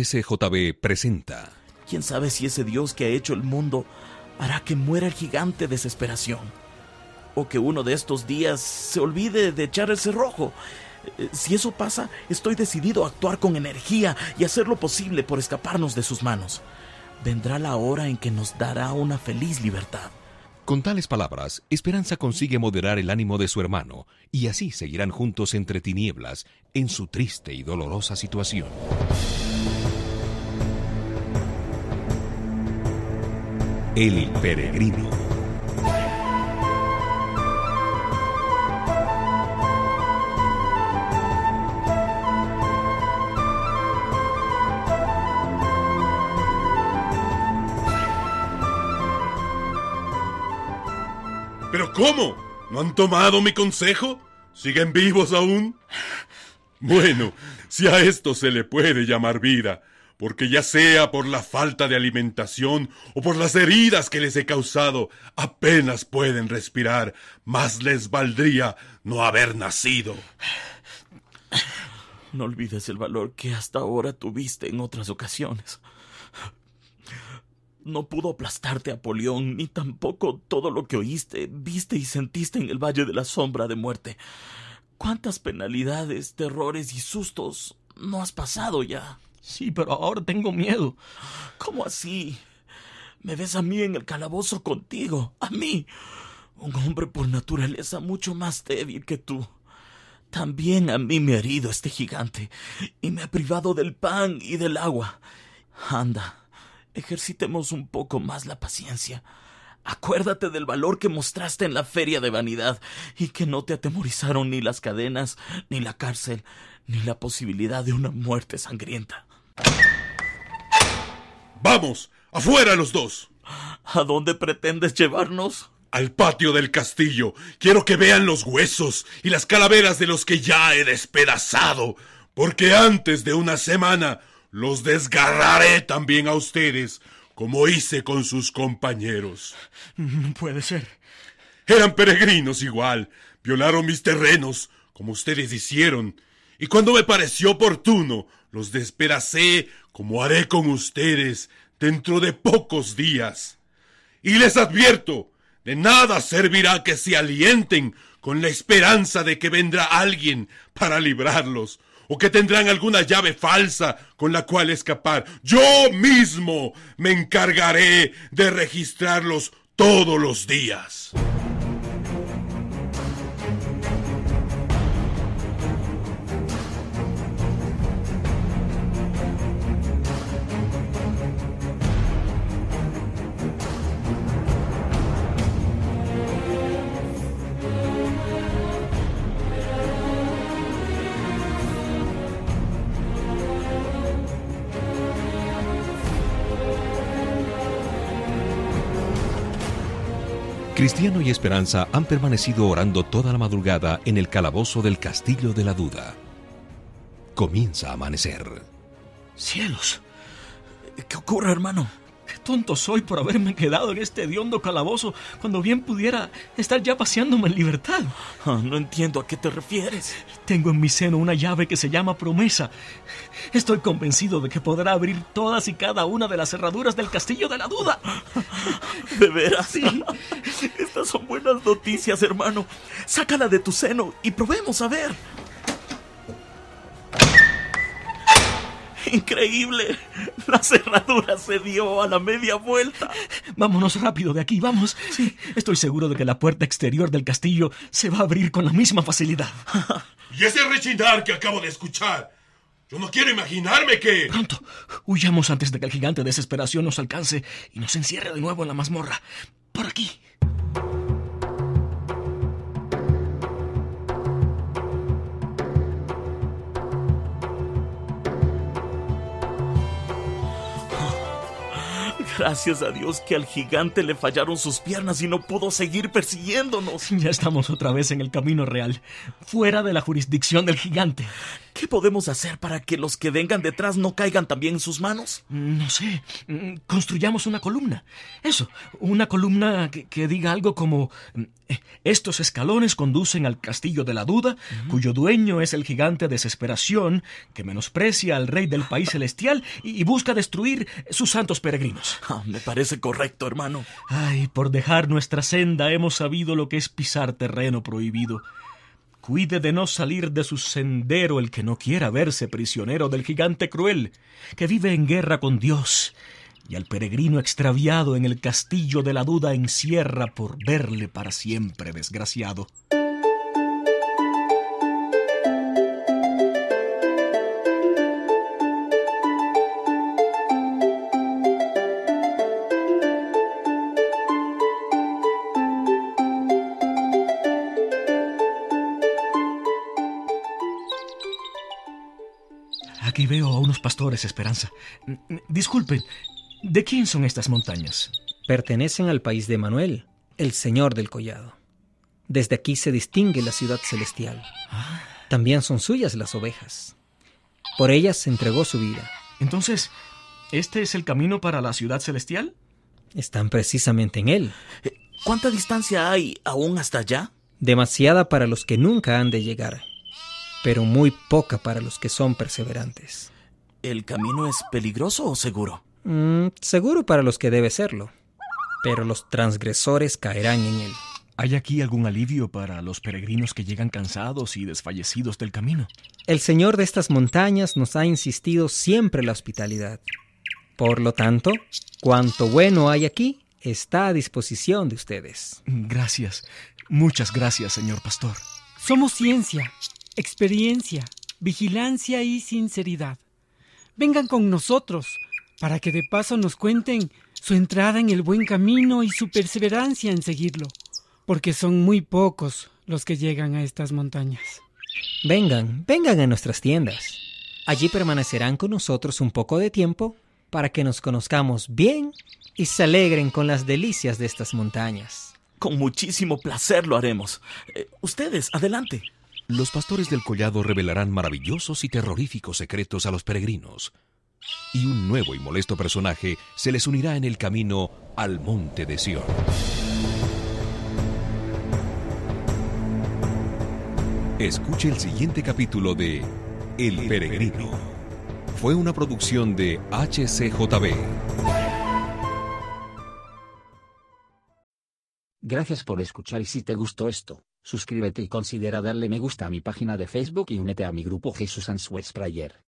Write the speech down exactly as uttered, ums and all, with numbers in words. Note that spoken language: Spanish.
H C J B presenta. ¿Quién sabe si ese Dios que ha hecho el mundo hará que muera el gigante desesperación? O que uno de estos días se olvide de echar el cerrojo. Si eso pasa, estoy decidido a actuar con energía y hacer lo posible por escaparnos de sus manos. Vendrá la hora en que nos dará una feliz libertad. Con tales palabras, Esperanza consigue moderar el ánimo de su hermano, y así seguirán juntos entre tinieblas en su triste y dolorosa situación. El peregrino. ¿Pero cómo? ¿No han tomado mi consejo? ¿Siguen vivos aún? Bueno, si a esto se le puede llamar vida, porque ya sea por la falta de alimentación o por las heridas que les he causado, apenas pueden respirar, más les valdría no haber nacido. No olvides el valor que hasta ahora tuviste en otras ocasiones. No pudo aplastarte Apolión, ni tampoco todo lo que oíste, viste y sentiste en el Valle de la Sombra de Muerte. ¿Cuántas penalidades, terrores y sustos no has pasado ya? Sí, pero ahora tengo miedo. ¿Cómo así? ¿Me ves a mí en el calabozo contigo? ¿A mí? Un hombre por naturaleza mucho más débil que tú. También a mí me ha herido este gigante y me ha privado del pan y del agua. Anda. Ejercitemos un poco más la paciencia. Acuérdate del valor que mostraste en la feria de vanidad y que no te atemorizaron ni las cadenas, ni la cárcel, ni la posibilidad de una muerte sangrienta. ¡Vamos! ¡Afuera los dos! ¿A dónde pretendes llevarnos? Al patio del castillo. Quiero que vean los huesos y las calaveras de los que ya he despedazado, porque antes de una semana los desgarraré también a ustedes, como hice con sus compañeros. No puede ser. Eran peregrinos igual, violaron mis terrenos, como ustedes hicieron, y cuando me pareció oportuno, los despedacé, como haré con ustedes dentro de pocos días. Y les advierto, de nada servirá que se alienten con la esperanza de que vendrá alguien para librarlos, o que tendrán alguna llave falsa con la cual escapar. Yo mismo me encargaré de registrarlos todos los días. Cristiano y Esperanza han permanecido orando toda la madrugada en el calabozo del Castillo de la Duda. Comienza a amanecer. ¡Cielos! ¿Qué ocurre, hermano? ¡Qué tonto soy por haberme quedado en este hediondo calabozo cuando bien pudiera estar ya paseándome en libertad! Oh, no entiendo a qué te refieres. Tengo en mi seno una llave que se llama promesa. Estoy convencido de que podrá abrir todas y cada una de las cerraduras del Castillo de la Duda. ¿De veras? Sí. Estas son buenas noticias, hermano. Sácala de tu seno y probemos a ver. ¡Increíble! La cerradura se dio a la media vuelta. Vámonos rápido de aquí, vamos. Sí, estoy seguro de que la puerta exterior del castillo se va a abrir con la misma facilidad. ¿Y ese rechinar que acabo de escuchar? Yo no quiero imaginarme que... Pronto, huyamos antes de que el gigante de desesperación nos alcance y nos encierre de nuevo en la mazmorra. Por aquí. Gracias a Dios que al gigante le fallaron sus piernas y no pudo seguir persiguiéndonos. Ya estamos otra vez en el camino real, fuera de la jurisdicción del gigante. ¿Qué podemos hacer para que los que vengan detrás no caigan también en sus manos? No sé, construyamos una columna. Eso, una columna que, que diga algo como: estos escalones conducen al castillo de la duda, uh-huh. cuyo dueño es el gigante Desesperación, que menosprecia al rey del país celestial y, y busca destruir sus santos peregrinos. Ah, me parece correcto, hermano. Ay, por dejar nuestra senda hemos sabido lo que es pisar terreno prohibido. Cuide de no salir de su sendero el que no quiera verse prisionero del gigante cruel, que vive en guerra con Dios, y al peregrino extraviado en el castillo de la duda encierra por verle para siempre desgraciado. Aquí veo a unos pastores, Esperanza. Disculpen, ¿de quién son estas montañas? Pertenecen al país de Manuel, el señor del collado. Desde aquí se distingue la ciudad celestial. Ah. También son suyas las ovejas. Por ellas se entregó su vida. Entonces, ¿este es el camino para la ciudad celestial? Están precisamente en él. ¿Cuánta distancia hay aún hasta allá? Demasiada para los que nunca han de llegar, pero muy poca para los que son perseverantes. ¿El camino es peligroso o seguro? Mm, seguro para los que debe serlo, pero los transgresores caerán en él. ¿Hay aquí algún alivio para los peregrinos que llegan cansados y desfallecidos del camino? El Señor de estas montañas nos ha insistido siempre la hospitalidad. Por lo tanto, cuanto bueno hay aquí está a disposición de ustedes. Gracias, muchas gracias, señor pastor. Somos ciencia, experiencia, vigilancia y sinceridad. Vengan con nosotros para que de paso nos cuenten su entrada en el buen camino y su perseverancia en seguirlo, porque son muy pocos los que llegan a estas montañas. Vengan, vengan a nuestras tiendas. Allí permanecerán con nosotros un poco de tiempo para que nos conozcamos bien y se alegren con las delicias de estas montañas. Con muchísimo placer lo haremos. Eh, ustedes, adelante. Los pastores del collado revelarán maravillosos y terroríficos secretos a los peregrinos, y un nuevo y molesto personaje se les unirá en el camino al monte de Sión. Escuche el siguiente capítulo de El Peregrino. Fue una producción de H C J B. Gracias por escuchar, y si te gustó esto, suscríbete y considera darle me gusta a mi página de Facebook y únete a mi grupo Jesús Answers Prayer.